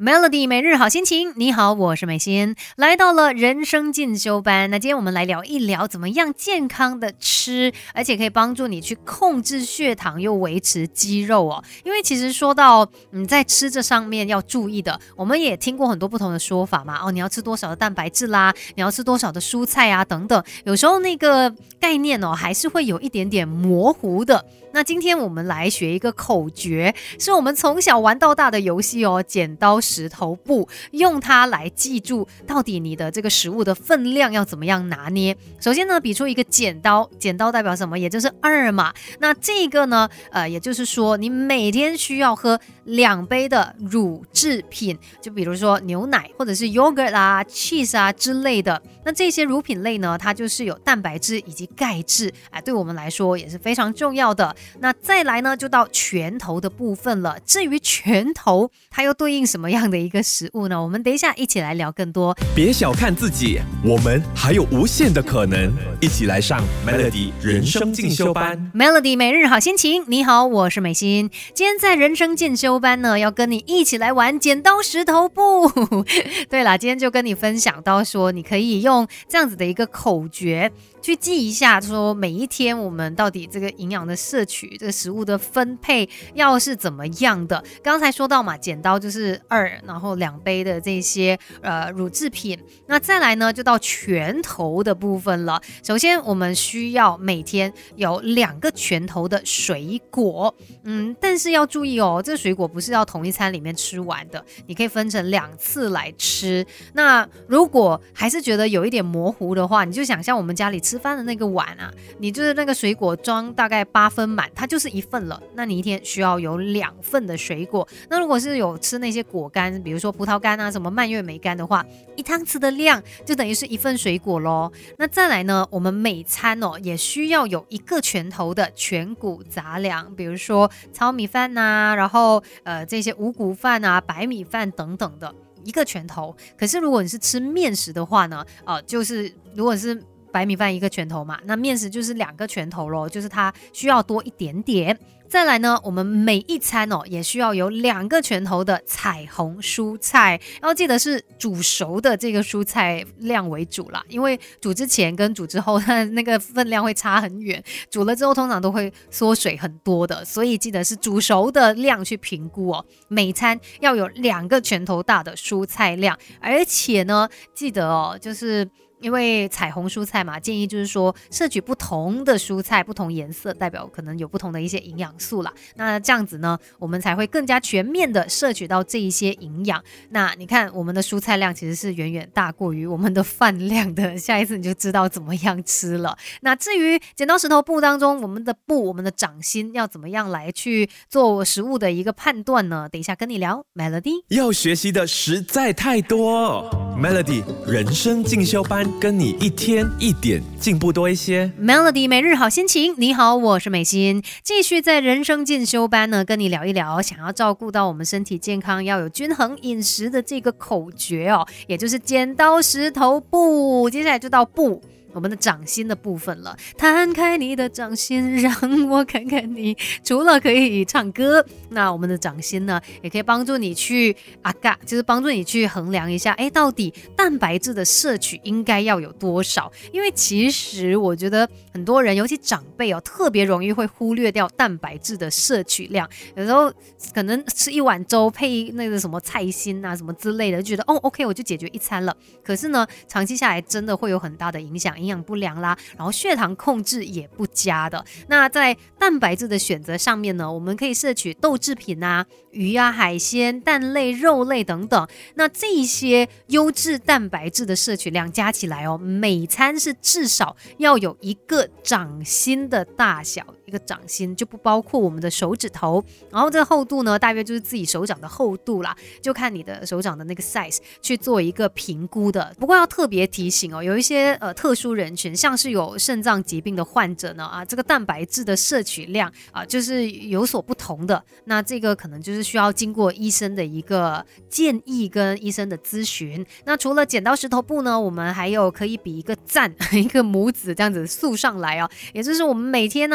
Melody 每日好心情，你好，我是美心，来到了人生进修班。那今天我们来聊一聊怎么样健康的吃，而且可以帮助你去控制血糖又维持肌肉哦。因为其实说到在吃这上面要注意的，我们也听过很多不同的说法嘛。你要吃多少的蛋白质啦，你要吃多少的蔬菜啊等等，有时候那个概念还是会有一点点模糊的。那今天我们来学一个口诀，是我们从小玩到大的游戏剪刀石头布，用它来记住到底你的这个食物的分量要怎么样拿捏。首先呢，比出一个剪刀，剪刀代表什么？也就是2嘛。那这个呢，也就是说你每天需要喝2杯的乳制品，就比如说牛奶或者是 yogurt 啊、cheese 啊之类的。那这些乳品类呢，它就是有蛋白质以及钙质，对我们来说也是非常重要的。那再来呢，就到拳头的部分了。至于拳头，它又对应什么样的一个食物呢？我们等一下一起来聊更多。 别小看自己，我们还有无限的可能。一起来上 Melody 人生进修班。 Melody 每日好心情，你好，我是美心。今天在人生进修班呢，要跟你一起来玩剪刀石头布。对啦，今天就跟你分享到说，你可以用这样子的一个口诀去记一下，说每一天我们到底这个营养的摄取，这个食物的分配要是怎么样的。刚才说到嘛，剪刀就是2，然后2杯的这些乳制品。那再来呢，就到拳头的部分了。首先我们需要每天有2个拳头的水果，但是要注意这水果不是要同一餐里面吃完的，你可以分成2次来吃。那如果还是觉得有一点模糊的话，你就想象我们家里吃饭的那个碗啊，你就是那个水果装大概8分满，它就是1份了。那你一天需要有2份的水果。那如果是有吃那些果干，比如说葡萄干啊、什么蔓越莓干的话，1汤匙的量就等于是1份水果咯。那再来呢，我们每餐也需要有1个拳头的全谷杂粮，比如说糙米饭啊，然后这些五谷饭啊、白米饭等等的1个拳头。可是如果你是吃面食的话呢，就是如果是白米饭1个拳头嘛，那面食就是2个拳头咯，就是它需要多一点点。再来呢，我们每一餐也需要有2个拳头的彩虹蔬菜，要记得是煮熟的这个蔬菜量为主啦，因为煮之前跟煮之后它那个分量会差很远，煮了之后通常都会缩水很多的，所以记得是煮熟的量去评估每餐要有2个拳头大的蔬菜量，而且呢，记得就是因为彩虹蔬菜嘛，建议就是说摄取不同的蔬菜，不同颜色代表可能有不同的一些营养素啦。那这样子呢，我们才会更加全面的摄取到这一些营养。那你看我们的蔬菜量其实是远远大过于我们的饭量的，下一次你就知道怎么样吃了。那至于剪刀石头布当中，我们的掌心要怎么样来去做食物的一个判断呢？等一下跟你聊。 Melody 要学习的实在太多。Melody 人生进修班，跟你一天一点进步多一些。 Melody 每日好心情，你好，我是美心。继续在人生进修班呢，跟你聊一聊想要照顾到我们身体健康，要有均衡饮食的这个口诀也就是剪刀石头布。接下来就到布，我们的掌心的部分了。摊开你的掌心，让我看看你。除了可以唱歌，那我们的掌心呢，也可以帮助你去就是帮助你去衡量一下，到底蛋白质的摄取应该要有多少。因为其实我觉得很多人，尤其长辈特别容易会忽略掉蛋白质的摄取量。有时候可能吃1碗粥配那个什么菜心啊什么之类的，就觉得OK 我就解决1餐了。可是呢，长期下来真的会有很大的影响，营养不良啦，然后血糖控制也不佳的。那在蛋白质的选择上面呢，我们可以摄取豆制品啊、鱼啊、海鲜、蛋类、肉类等等。那这一些优质蛋白质的摄取量加起来每餐是至少要有1个掌心的大小。1个掌心就不包括我们的手指头，然后这个厚度呢，大约就是自己手掌的厚度啦，就看你的手掌的那个 size 去做一个评估的。不过要特别提醒有一些特殊人群，像是有肾脏疾病的患者呢这个蛋白质的摄取量就是有所不同的。那这个可能就是需要经过医生的一个建议跟医生的咨询。那除了剪刀石头布呢，我们还有可以比一个赞，一个拇指这样子竖上来也就是我们每天呢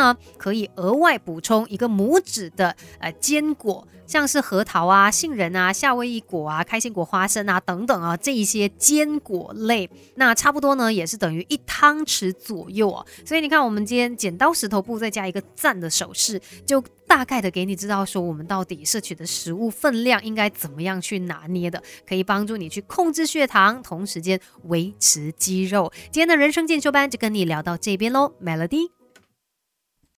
可以额外补充一个拇指的坚果，像是核桃啊、杏仁啊、夏威夷果啊、开心果、花生啊等等啊，这一些坚果类，那差不多呢也是等于1汤匙左右哦。所以你看，我们今天剪刀石头布再加一个赞的手势，就大概的给你知道说我们到底摄取的食物分量应该怎么样去拿捏的，可以帮助你去控制血糖，同时间维持肌肉。今天的人生进修班就跟你聊到这边咯 Melody。